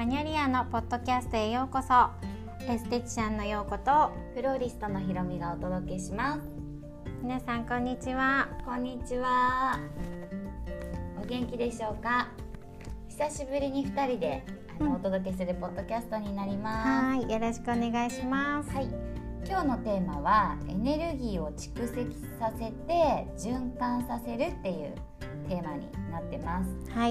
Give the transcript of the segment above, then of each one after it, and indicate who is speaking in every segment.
Speaker 1: マニュリアのポッドキャストへようこそ。エステティシャンのようこと
Speaker 2: フローリストのひろみがお届けします。
Speaker 1: 皆さんこんにちは。
Speaker 2: こんにちは。お元気でしょうか。久しぶりに2人でお届けするポッドキャストになります。
Speaker 1: はい、よろしくお願いします。
Speaker 2: はい、今日のテーマはエネルギーを蓄積させて循環させるっていうテーマになってます。
Speaker 1: はい。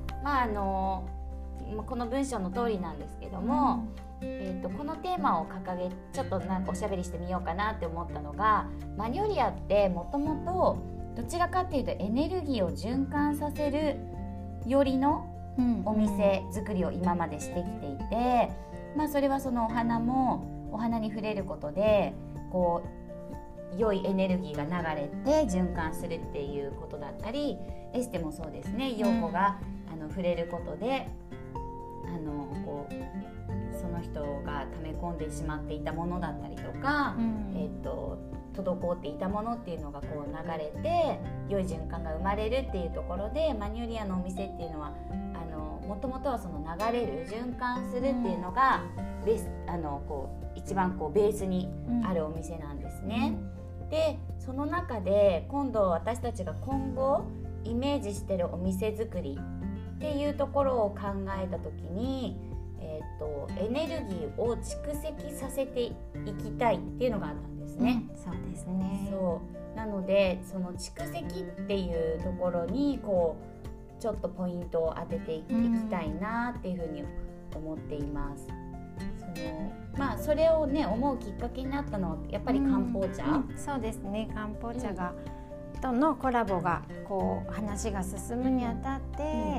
Speaker 2: この文章の通りなんですけども、このテーマを掲げちょっとなんかおしゃべりしてみようかなって思ったのが、マニュリアってもともとどちらかっていうとエネルギーを循環させるよりのお店作りを今までしてきていて、それはそのお花に触れることでこう良いエネルギーが流れて循環するっていうことだったり、エステもそうですね、陽子が触れることでその人が溜め込んでしまっていたものだったりとか、滞っていたものっていうのがこう流れて良い循環が生まれるっていうところで、マニュリアのお店っていうのはもともとはその流れる循環するっていうのが一番ベースにあるお店なんですね。でその中で今度私たちが今後イメージしてるお店作りっていうところを考えた時に、エネルギーを蓄積させていきたいっていうのがあったんですね。
Speaker 1: そうですね。
Speaker 2: そうなのでその蓄積っていうところにちょっとポイントを当てていきたいなっていうふうに思っています。それをね思うきっかけになったのはやっぱり漢方茶、
Speaker 1: そうですね。漢方茶とのコラボが話が進むにあたって、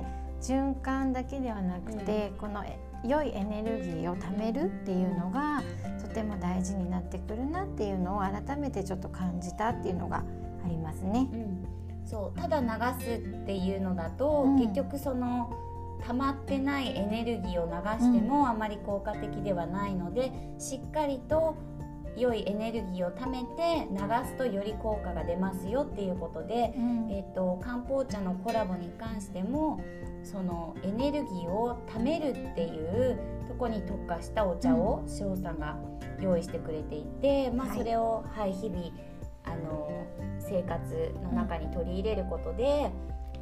Speaker 1: 循環だけではなくて、この良いエネルギーを貯めるっていうのがとても大事になってくるなっていうのを改めてちょっと感じたっていうのがありますね。
Speaker 2: そうただ流すっていうのだと、結局その溜まってないエネルギーを流してもあまり効果的ではないので、しっかりと良いエネルギーを貯めて流すとより効果が出ますよっていうことで、漢方茶のコラボに関してもそのエネルギーを貯めるっていうとこに特化したお茶を塩さんが用意してくれていて、それを、日々生活の中に取り入れることで、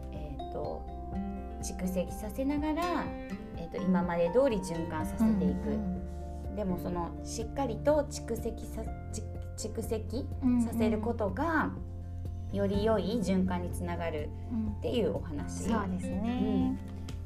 Speaker 2: 蓄積させながら、今まで通り循環させていく、でもそのしっかりと蓄積させることがより良い循環につながるっていうお話。
Speaker 1: そうですね。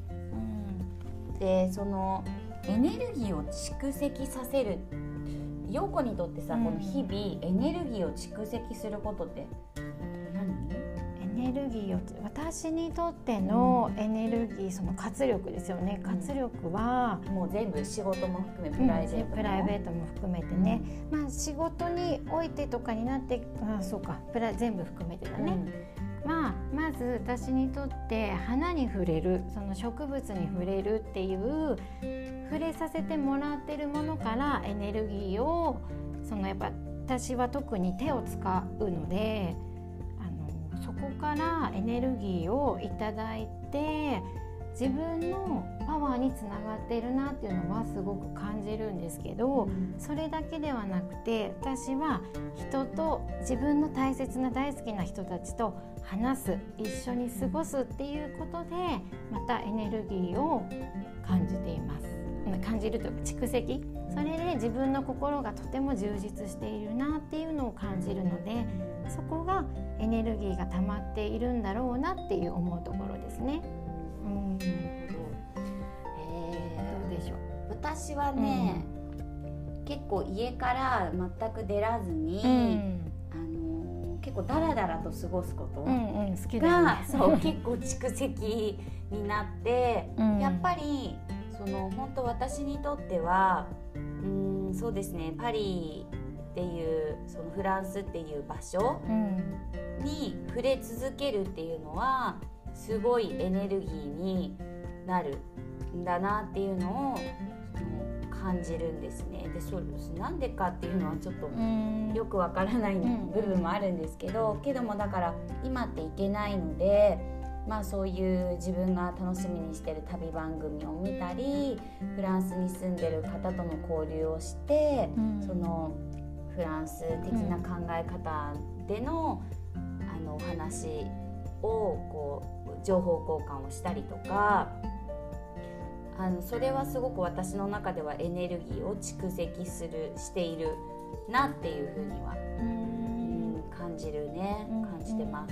Speaker 2: でそのエネルギーを蓄積させる、陽子にとってさ、この日々エネルギーを蓄積することって何？
Speaker 1: エネルギーを私にとってのエネルギー、その活力ですよね。活力は
Speaker 2: もう全部仕事も含めプライベートも
Speaker 1: 含めてね、仕事においてとかになって、全部含めてだね。まず私にとって花に触れる、その植物に触れるっていう触れさせてもらってるものからエネルギーをやっぱ私は特に手を使うので、そこからエネルギーをいただいて自分のパワーにつながっているなっていうのはすごく感じるんですけど、それだけではなくて私は人と自分の大切な大好きな人たちと話す、一緒に過ごすっていうことでまたエネルギーを感じています。感じるというか蓄積、それで自分の心がとても充実しているなっていうのを感じるので、そこがエネルギーが溜まっているんだろうなっていう思うところですね。
Speaker 2: どうでしょう。私はね、結構家から全く出らずに、結構ダラダラと過ごすことが、
Speaker 1: 好きだよね。
Speaker 2: 結構蓄積になって、やっぱり本当私にとってはそうですね、パリっていうそのフランスっていう場所に触れ続けるっていうのはすごいエネルギーになるんだなっていうのを感じるんですね。でなんでかっていうのはちょっとよくわからない部分もあるんですけど、だから今っていけないのでまあ、そういう自分が楽しみにしてる旅番組を見たり、フランスに住んでる方との交流をして、そのフランス的な考え方での、お話をこう情報交換をしたりとか、それはすごく私の中ではエネルギーを蓄積しているなっていうふうには感じるね、感じてます。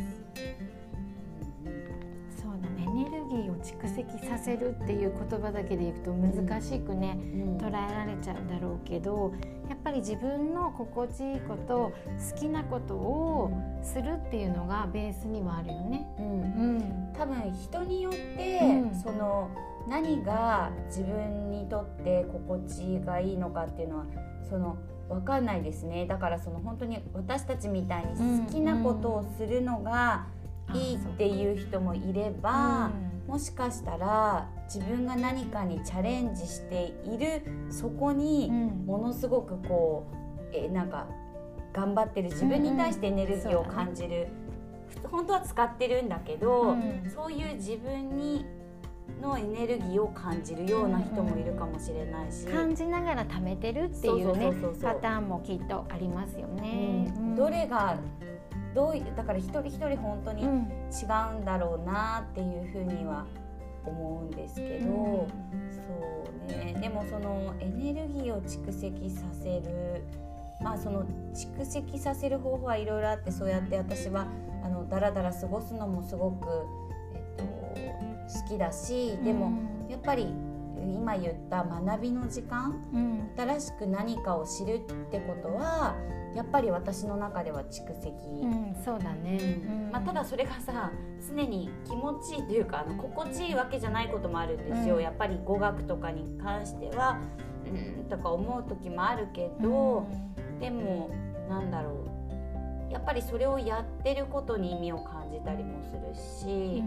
Speaker 1: そうだね、エネルギーを蓄積させるっていう言葉だけでいくと難しくね、捉えられちゃうだろうけど、やっぱり自分の心地いいこと、好きなことをするっていうのがベースにはあるよね。
Speaker 2: 多分人によって、その何が自分にとって心地がいいのかっていうのは分かんないですね。だから本当に私たちみたいに好きなことをするのがいいっていう人もいれば、もしかしたら自分が何かにチャレンジしているそこにものすごくこう、なんか頑張ってる自分に対してエネルギーを感じる、本当は使ってるんだけど、そういう自分にのエネルギーを感じるような人もいるかもしれないし、
Speaker 1: 感じながら貯めてるっていうねパターンもきっとありますよね。
Speaker 2: どれがだから一人一人本当に違うんだろうなっていうふうには思うんですけど、そうね、でもそのエネルギーを蓄積させる、まあその蓄積させる方法はいろいろあって、そうやって私はだらだら過ごすのもすごく、好きだし、でもやっぱり今言った学びの時間、新しく何かを知るってことはやっぱり私の中では蓄積、
Speaker 1: そうだね、
Speaker 2: ただそれがさ常に気持ちいいというか心地いいわけじゃないこともあるんですよ、やっぱり語学とかに関してはとか思う時もあるけど、でもなんだろう、やっぱりそれをやってることに意味を感じたりもするし、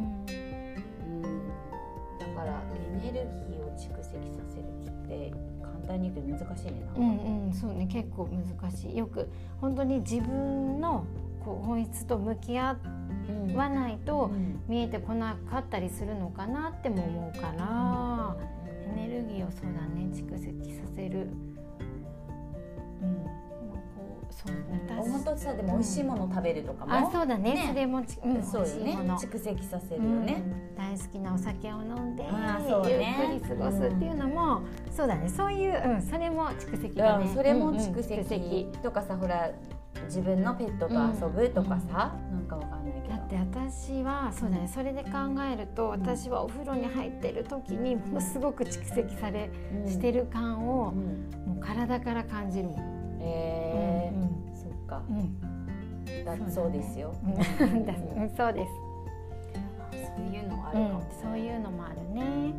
Speaker 2: だからエネルギーを蓄積させるって簡単に言うと難しいね。
Speaker 1: そうね、結構難しい。よく本当に自分のこう本質と向き合わないと見えてこなかったりするのかなっても思うから、エネルギーをそうだね蓄積させる。
Speaker 2: そう本当さ、でも美味しいもの食べるとかも、
Speaker 1: そうだね、それも
Speaker 2: そうよね、蓄積させるよね、
Speaker 1: 大好きなお酒を飲んで、
Speaker 2: そう
Speaker 1: ね、ゆっくり過ごすっていうのも、そうだね、そういう、それも蓄積だね、
Speaker 2: それも蓄積とかさ、ほら自分のペットと遊ぶとかさ、なんかわかんないけど、
Speaker 1: だって私はそうだね、それで考えると、私はお風呂に入ってる時にものすごく蓄積してる感を、もう体から感じるもん。
Speaker 2: そっか、そうですよ。
Speaker 1: そうです。
Speaker 2: そういうのはあるかも、
Speaker 1: そういうのもあるね。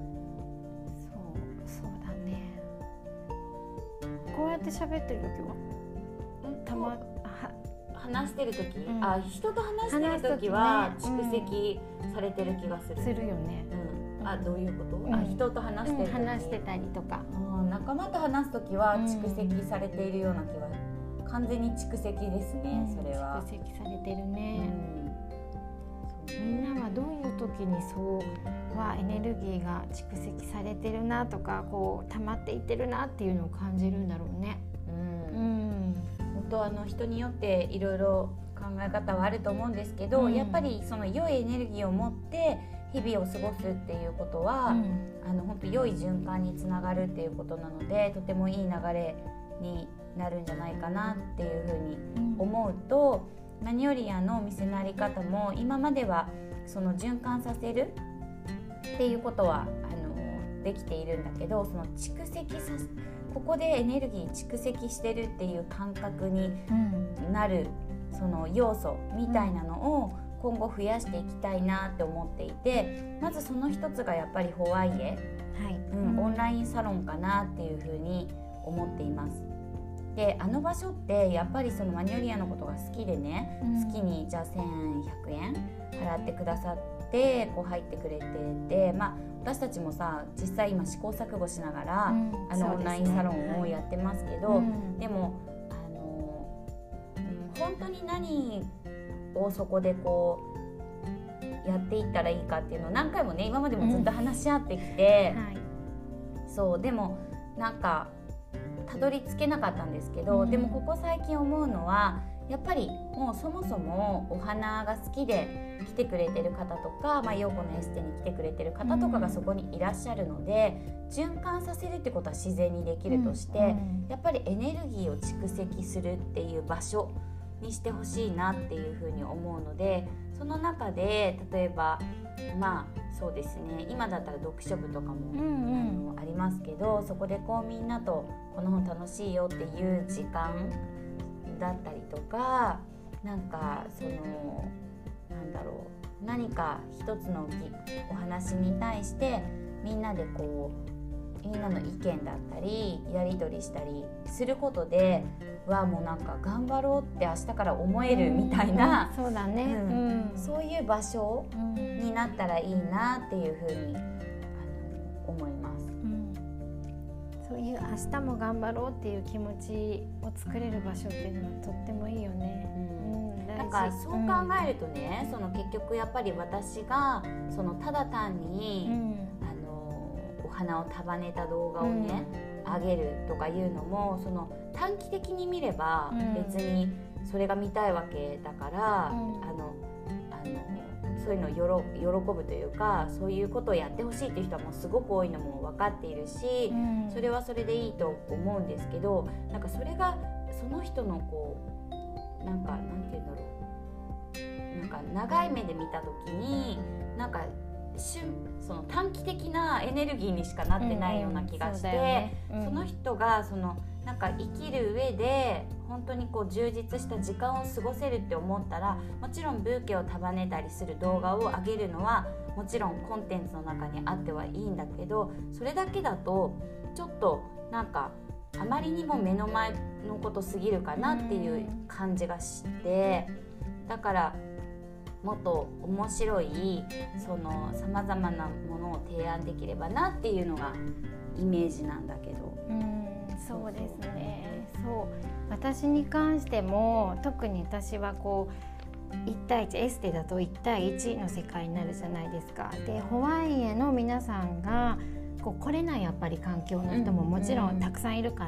Speaker 1: そうだね。こうやって喋ってる時は、
Speaker 2: 話してる時、人と話してる時は蓄積されてる気がする。
Speaker 1: するよね。
Speaker 2: どういうこと？人と話してる時、
Speaker 1: 話してたりとか、
Speaker 2: 仲間と話す時は蓄積されているような気は、完全に蓄積ですね、それは。
Speaker 1: 蓄積されてるね。みんなはどういう時にそうはエネルギーが蓄積されてるなとか、こう溜まっていってるなっていうのを感じるんだろうね。
Speaker 2: 本当人によっていろいろ考え方はあると思うんですけど、やっぱりその良いエネルギーを持って日々を過ごすっていうことは、本当良い循環につながるっていうことなので、とてもいい流れになるんじゃないかなっていうふうに思うと、マニオリアのお店のあり方も今まではその循環させるっていうことはできているんだけど、その蓄積させ、ここでエネルギー蓄積してるっていう感覚になる、その要素みたいなのを今後増やしていきたいなって思っていて、まずその一つがやっぱりホワイエ、オンラインサロンかなっていうふうに思っています。で場所ってやっぱりそのマニオリアのことが好きでね、月にじゃあ1100円払ってくださってこう入ってくれてて、私たちもさ実際今試行錯誤しながら、オンラインサロンをやってますけど、でも本当に何をそこでこやっていったらいいかっていうのを何回もね今までもずっと話し合ってきて、
Speaker 1: はい、
Speaker 2: そうでもなんかたどり着けなかったんですけど、でもここ最近思うのはやっぱりもうそもそもお花が好きで来てくれてる方とか、陽子のエステに来てくれてる方とかがそこにいらっしゃるので、循環させるってことは自然にできるとして、やっぱりエネルギーを蓄積するっていう場所にしてほしいなっていうふうに思うので、その中で例えばそうですね、今だったら読書部とかも、ありますけど、そこでこうみんなとこの本楽しいよっていう時間だったりとか、なんか何か一つのお話に対してみんなでみんなの意見だったりやり取りしたりすることでもうなんか頑張ろうって明日から思えるみたいな、
Speaker 1: そうだね、
Speaker 2: そういう場所になったらいいなっていうふうに思います。
Speaker 1: そういう明日も頑張ろうっていう気持ちを作れる場所っていうのはとってもいいよね。
Speaker 2: なんかそう考えるとね、結局やっぱり私がただ単に、お花を束ねた動画をね、上げるとかいうのも短期的に見れば別にそれが見たいわけだから、そういうのを喜ぶというか、そういうことをやってほしいっていう人はもうすごく多いのも分かっているし、それはそれでいいと思うんですけど、なんかそれがその人のなんていうんだろう、なんか長い目で見た時になんか短期的なエネルギーにしかなってないような気がして、その人がなんか生きる上で本当に充実した時間を過ごせるって思ったら、もちろんブーケを束ねたりする動画を上げるのはもちろんコンテンツの中にあってはいいんだけど、それだけだとちょっとなんかあまりにも目の前のことすぎるかなっていう感じがして、だからもっと面白いさまざまなものを提案できればなっていうのがイメージなんだけど。
Speaker 1: そうですね。私に関しても特に私は1対1、エステだと1対1の世界になるじゃないですか。でホワイエの皆さんが来れないやっぱり環境の人ももちろんたくさんいるから、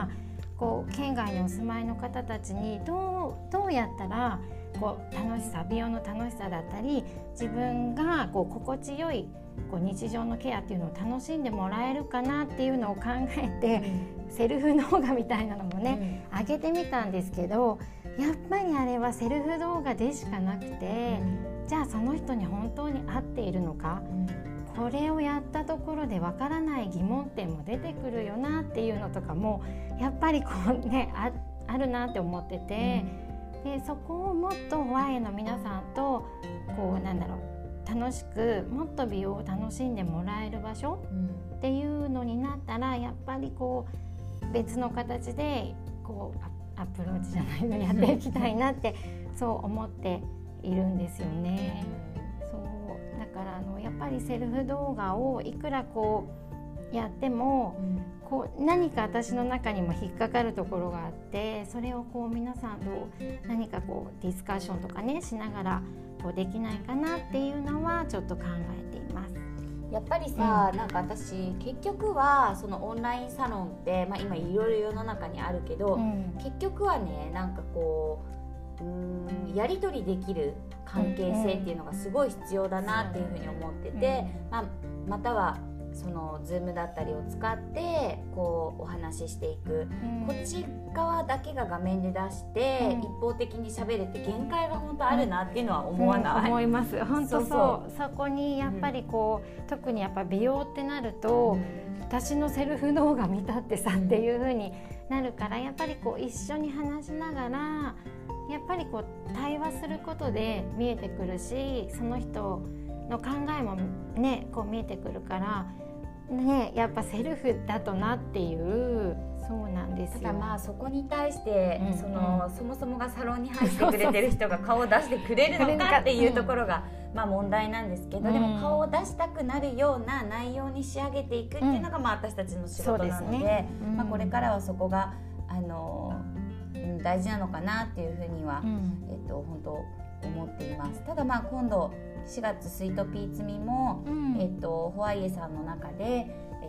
Speaker 1: 県外にお住まいの方たちにどうやったら楽しさ、美容の楽しさだったり自分が心地よい日常のケアっていうのを楽しんでもらえるかなっていうのを考えて、セルフ動画みたいなのもね、上げてみたんですけど、やっぱりあれはセルフ動画でしかなくて、じゃあその人に本当に合っているのか、これをやったところでわからない疑問点も出てくるよなっていうのとかもやっぱりあるなって思ってて、でそこをもっとホワイエの皆さんと楽しくもっと美容を楽しんでもらえる場所っていうのになったら、やっぱり別の形でアプローチじゃないのやっていきたいなってそう思っているんですよね。そうだからやっぱりセルフ動画をいくらやっても、何か私の中にも引っかかるところがあって、それを皆さんと何かディスカッションとかねしながらできないかなっていうのはちょっと考えています。
Speaker 2: やっぱりさ、なんか私結局はオンラインサロンって、今いろいろ世の中にあるけど、結局はね、なんかやり取りできる関係性っていうのがすごい必要だなっていうふうに思ってて、またはZoom だったりを使ってお話ししていく、こっち側だけが画面で出して、一方的に喋るって限界が本当あるなっていうのは思わない？
Speaker 1: 思います。本当そこにやっぱり特にやっぱ美容ってなると、私のセルフ動画見たってさっていう風になるから、やっぱり一緒に話しながらやっぱり対話することで見えてくるし、その人の考えもね見えてくるからね、やっぱセルフだとなっていう、そうなんですよ。
Speaker 2: ただそこに対して、そもそもがサロンに入ってくれてる人が顔を出してくれるのかっていうところが問題なんですけど、でも顔を出したくなるような内容に仕上げていくっていうのが私たちの仕事なので、これからはそこが大事なのかなっていうふうには、本当思っています。ただ今度 4月スイートピーツミも、ホワイエさんの中で、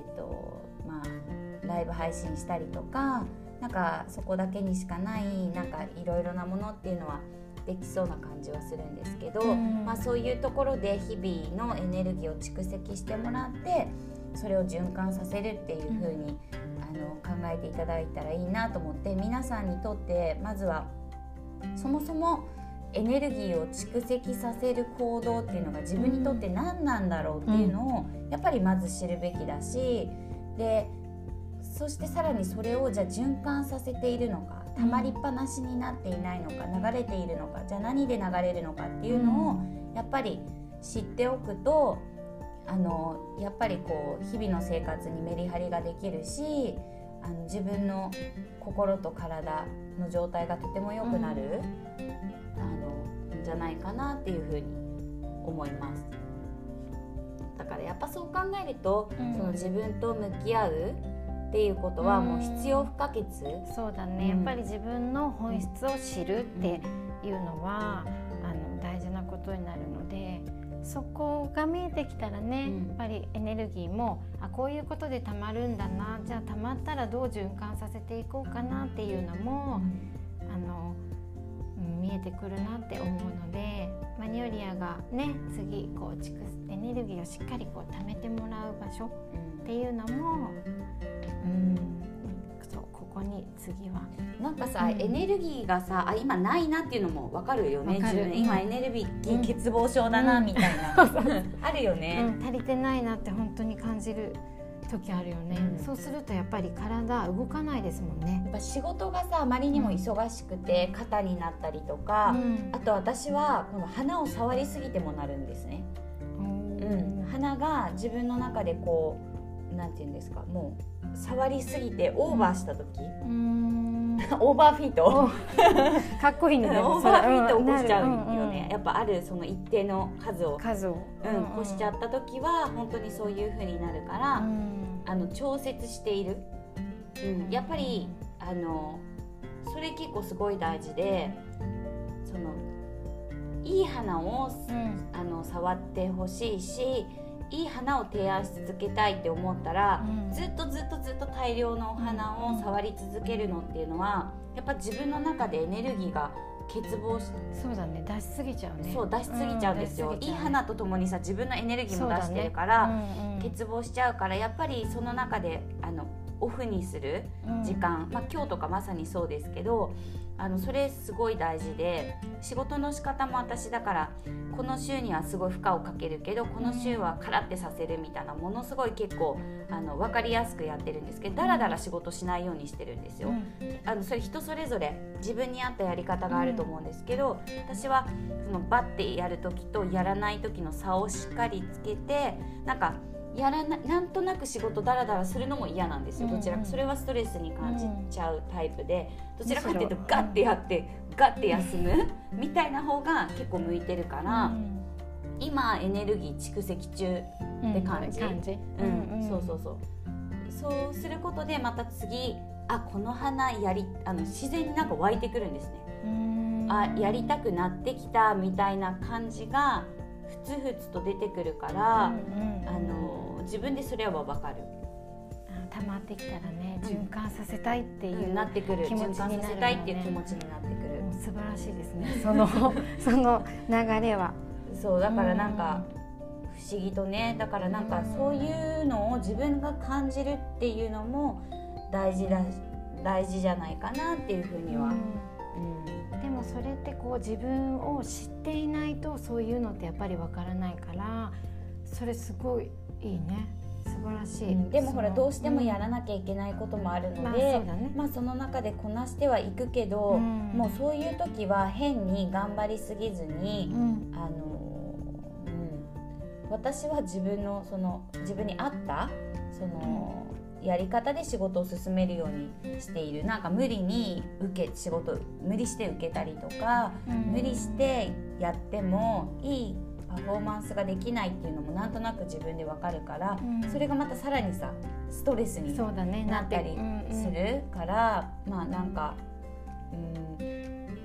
Speaker 2: ライブ配信したりとか、なんかそこだけにしかないなんかいろいろなものっていうのはできそうな感じはするんですけど、そういうところで日々のエネルギーを蓄積してもらって、それを循環させるっていう風に考えていただいたらいいなと思って、皆さんにとってまずはそもそもエネルギーを蓄積させる行動っていうのが自分にとって何なんだろうっていうのをやっぱりまず知るべきだし、でそしてさらにそれをじゃあ循環させているのか、溜まりっぱなしになっていないのか、流れているのか、じゃあ何で流れるのかっていうのをやっぱり知っておくと、やっぱりこう日々の生活にメリハリができるし、自分の心と体の状態がとても良くなる、んじゃないかなっていうふうに思います。だからやっぱそう考えると、その自分と向き合うっていうことはもう必要不可欠。
Speaker 1: そうだね、やっぱり自分の本質を知るっていうのは、大事なことになるので、そこが見えてきたらね、やっぱりエネルギーもこういうことでたまるんだな、じゃあたまったらどう循環させていこうかなっていうのも、見えてくるなって思うので、マニオリアがね次こうエネルギーをしっかりこう貯めてもらう場所っていうのも、そうここに次は
Speaker 2: なんかさ、エネルギーがさ今ないなっていうのも分かるよね。自分今エネルギー欠乏症だなみたいな、あるよね、
Speaker 1: 足りてないなって本当に感じる時あるよね、そうするとやっぱり体動かないですもんね。
Speaker 2: やっぱ仕事がさあまりにも忙しくて肩になったりとか、あと私はこの鼻を触りすぎてもなるんですね。鼻が自分の中でこうなんていうんですか、もう触りすぎてオーバーした時、オーバーフィート
Speaker 1: かっこいいね。
Speaker 2: オーバーフィート起こしちゃうよね、やっぱあるその一定の数を起こしちゃった時は本当にそういう風になるから、調節している、やっぱりそれ結構すごい大事で、そのいい花を、触ってほしいし、いい花を提案し続けたいって思ったら、ずっと大量のお花を触り続けるのっていうのはやっぱ自分の中でエネルギーが欠乏し、
Speaker 1: そうだね、出しすぎちゃうね。
Speaker 2: そう出しすぎちゃうんですよ、いい花とともにさ自分のエネルギーも出してるから、欠乏しちゃうから、やっぱりその中でオフにする時間、今日とかまさにそうですけど、それすごい大事で、仕事の仕方も私だからこの週にはすごい負荷をかけるけどこの週はカラッてさせるみたいな、ものすごい結構分かりやすくやってるんですけど、だらだら仕事しないようにしてるんですよ。それ人それぞれ自分に合ったやり方があると思うんですけど、私はそのバッてやる時とやらない時の差をしっかりつけて、なんとなく仕事ダラダラするのも嫌なんですよ。どちらかそれはストレスに感じちゃうタイプで、どちらかというとガッてやってガッて休むみたいな方が結構向いてるから、今エネルギー蓄積中って感じ、そうすることでまた次この花自然になんか湧いてくるんですね。やりたくなってきたみたいな感じがふつふつと出てくるから、自分でそれは分かる。
Speaker 1: 溜まってきたらね、循環させたいっていう
Speaker 2: なってくる、
Speaker 1: 気持ちになる
Speaker 2: 循環させたいっていう気持ちになってくる。
Speaker 1: 素晴らしいですね、その流れは。
Speaker 2: そうだからなんか不思議とね、だからなんかそういうのを自分が感じるっていうのも大事じゃないかなっていうふうには。
Speaker 1: でもそれってこう自分を知っていないとそういうのってやっぱりわからないから、それすごいいいね、素晴らしい。
Speaker 2: でもほらどうしてもやらなきゃいけないこともあるので、その中でこなしてはいくけど、もうそういう時は変に頑張りすぎずに、私は自分に合ったやり方で仕事を進めるようにしている。なんか無理に仕事無理して受けたりとか、無理してやってもいいパフォーマンスができないっていうのもなんとなく自分でわかるから、それがまたさらにさストレスになったりするから、なんか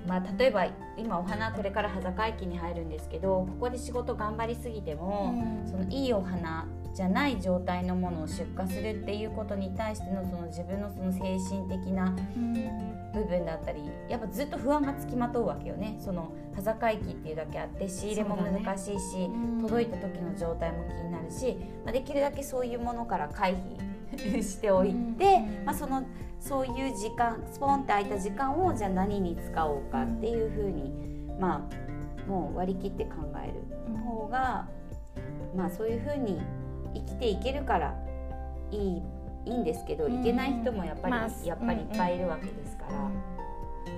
Speaker 2: 例えば今お花これから端境期に入るんですけど、ここで仕事頑張りすぎても、そのいいお花じゃない状態のものを出荷するっていうことに対してのその自分のその精神的な部分だったり、やっぱずっと不安がつきまとうわけよね。その端境期っていうだけあって仕入れも難しいし、届いた時の状態も気になるし、できるだけそういうものから回避しておいて、そういう時間、スポンって空いた時間をじゃあ何に使おうかっていうふうに、もう割り切って考える方が、そういうふうに生きていけるからいいんですけど、いけない人もやっぱりいっぱいいるわけですから、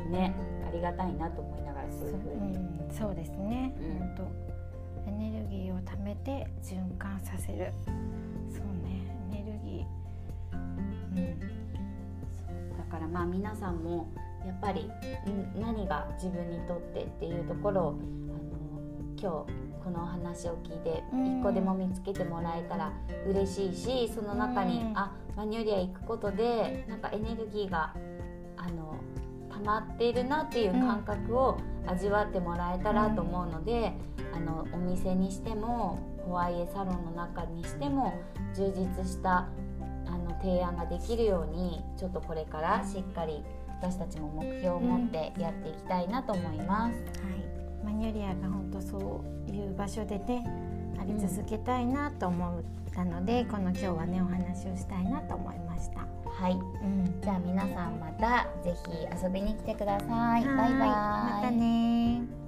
Speaker 2: ね、ありがたいなと思いながら、そういうふうに、
Speaker 1: そうですね、本当エネルギーを貯めて循環させる。そうね、エネルギー、
Speaker 2: だから皆さんもやっぱり何が自分にとってっていうところを今日このお話を聞いて一個でも見つけてもらえたら嬉しいし、その中にマニュリア行くことでなんかエネルギーが溜まっているなっていう感覚を味わってもらえたらと思うので、お店にしてもホワイエサロンの中にしても充実した提案ができるように、ちょっとこれからしっかり私たちも目標を持ってやっていきたいなと思います。
Speaker 1: マニュリアが本当そういう場所でねあり続けたいなと思ったので、今日はねお話をしたいなと思いました。
Speaker 2: はい、じゃあ皆さんまたぜひ遊びに来てください。バイバイ。
Speaker 1: またね。